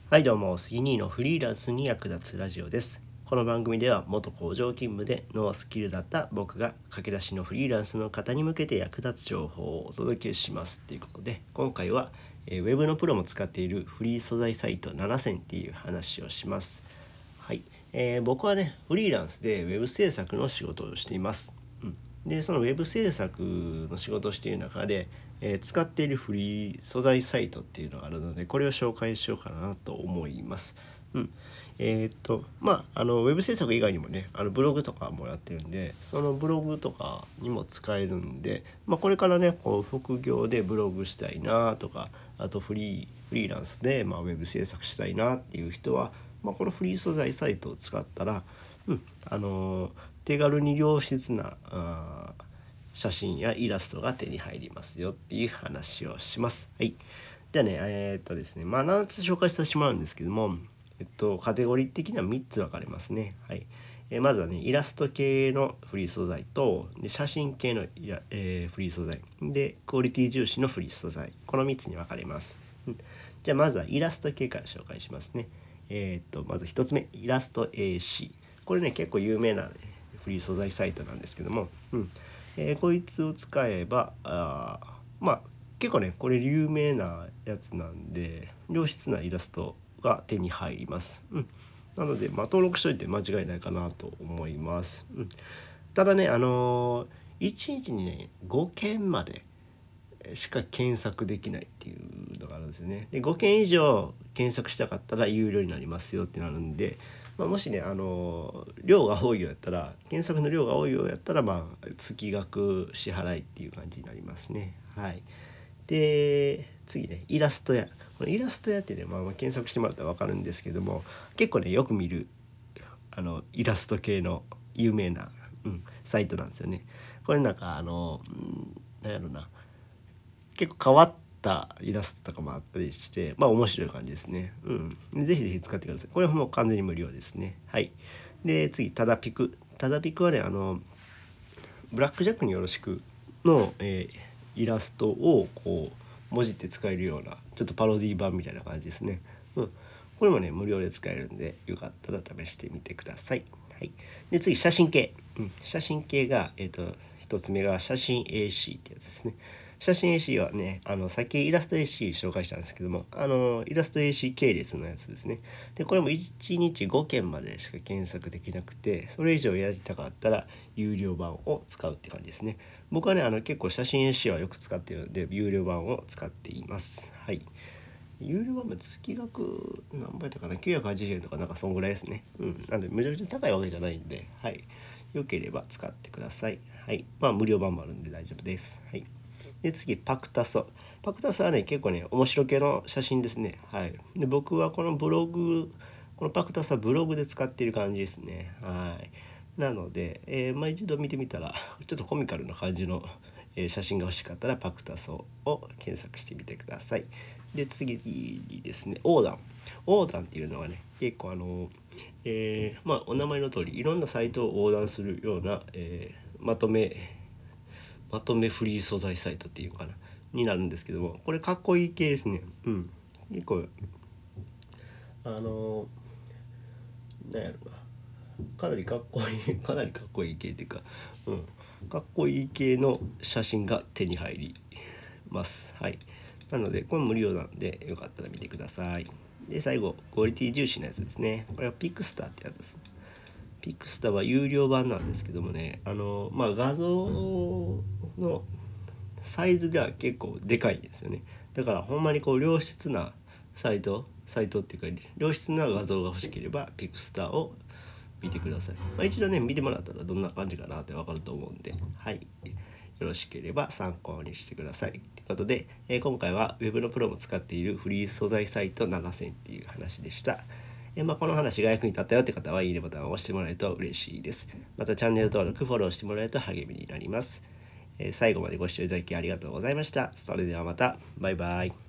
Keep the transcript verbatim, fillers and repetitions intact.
はいどうも、杉兄のフリーランスに役立つラジオです。この番組では元工場勤務でノースキルだった僕が駆け出しのフリーランスの方に向けて役立つ情報をお届けしますということで、今回は、えー、ウェブのプロも使っているフリー素材サイトななせんっていう話をします。はい、えー、僕はねフリーランスでウェブ制作の仕事をしています。うんでそのウェブ制作の仕事をしている中で、えー、使っているフリー素材サイトっていうのがあるので、これを紹介しようかなと思います。うん、えー、っとまああのウェブ制作以外にもね、あのブログとかもやってるんで、そのブログとかにも使えるんで、まあ、これからねこう副業でブログしたいなとか、あとフリーフリーランスで、まあ、ウェブ制作したいなっていう人は、まあ、このフリー素材サイトを使ったら、うんあのー手軽に良質なあ写真やイラストが手に入りますよっていう話をします。はい。じゃあね、えー、っとですね、まあななつ紹介させてもらうんですけども、えっと、カテゴリー的にはみっつ分かれますね。はい。えー、まずはね、イラスト系のフリー素材と、で写真系のイラ、えーフリー素材、で、クオリティ重視のフリー素材、このみっつに分かれます。うん、じゃあまずはイラスト系から紹介しますね。えー、っと、まずひとつめ、イラスト エーシー。これね、結構有名な、ね、フリー素材サイトなんですけども、うんえー、こいつを使えばあまあ結構ねこれ有名なやつなんで良質なイラストが手に入ります。うん、なので、まあ、登録しといて間違いないかなと思います。うん、ただねあのー、いちにちにねごけんまでしか検索できないっていうのがあるんですよね。でごけん以上検索したかったら有料になりますよってなるんで、まあ、もしねあの量が多いようやったら検索の量が多いようやったらまあ月額支払いっていう感じになりますね。はい。で次ねイラスト屋。このイラスト屋ってね、まあ、まあ検索してもらったら分かるんですけども、結構ねよく見るあのイラスト系の有名な、うん、サイトなんですよね。これなんかあの、うん、なんやろな結構変わったイラストとかもあったりして、まあ面白い感じですね。うん。ぜひぜひ使ってください。これはもう完全に無料ですね。はい。で、次、タダピク。タダピクはね、あの、ブラックジャックによろしくの、えーイラストをこう、文字って使えるような、ちょっとパロディ版みたいな感じですね。うん。これもね、無料で使えるんで、よかったら試してみてください。はい。で、次、写真系。うん。写真系が、えっと、一つ目が写真 エーシー ってやつですね。写真 エーシー はね、あの、さっきイラスト エーシー 紹介したんですけども、あの、イラスト エーシー 系列のやつですね。で、これもいちにちごけんまでしか検索できなくて、それ以上やりたかったら、有料版を使うって感じですね。僕はね、あの、結構写真 エーシー はよく使っているので、有料版を使っています。はい。有料版も月額何倍だったかな、きゅうひゃくはちじゅうえんとかなんかそんぐらいですね。うん。なんで、めちゃくちゃ高いわけじゃないんで、はい。よければ使ってください。はい。まあ、無料版もあるんで大丈夫です。はい。で次パクタソ。パクタソはね結構ね面白系の写真ですね。はい。で僕はこのブログこのパクタソはブログで使っている感じですね。はい。なので、えー、まあ一度見てみたらちょっとコミカルな感じの、えー写真が欲しかったらパクタソを検索してみてください。で次にですねオーダン。オーダンっていうのはね結構あのえー、まあお名前の通りいろんなサイトを横断するような、えー、まとめまとめフリー素材サイトっていうかなになるんですけども、これかっこいい系ですね。うん。結構あのなんやろな、かなりかっこいいかなりかっこいい系っていうか、うん、かっこいい系の写真が手に入ります。はい。なのでこれ無料なんでよかったら見てください。で最後クオリティ重視のやつですね。これはピクスターってやつです。ピクスタは有料版なんですけどもね、あのまあ画像のサイズが結構でかいんですよね。だからほんまにこう良質なサイトサイトっていうか良質な画像が欲しければピクスタを見てください。まあ、一度ね見てもらったらどんな感じかなって分かると思うんで、はいよろしければ参考にしてください。ということで、えー、今回は Web のプロも使っているフリー素材サイトななせんっていう話でした。えーまあ、この話が役に立ったよって方はいいねボタンを押してもらえると嬉しいです。またチャンネル登録フォローしてもらえると励みになります。えー最後までご視聴いただきありがとうございました。それではまた。バイバイ。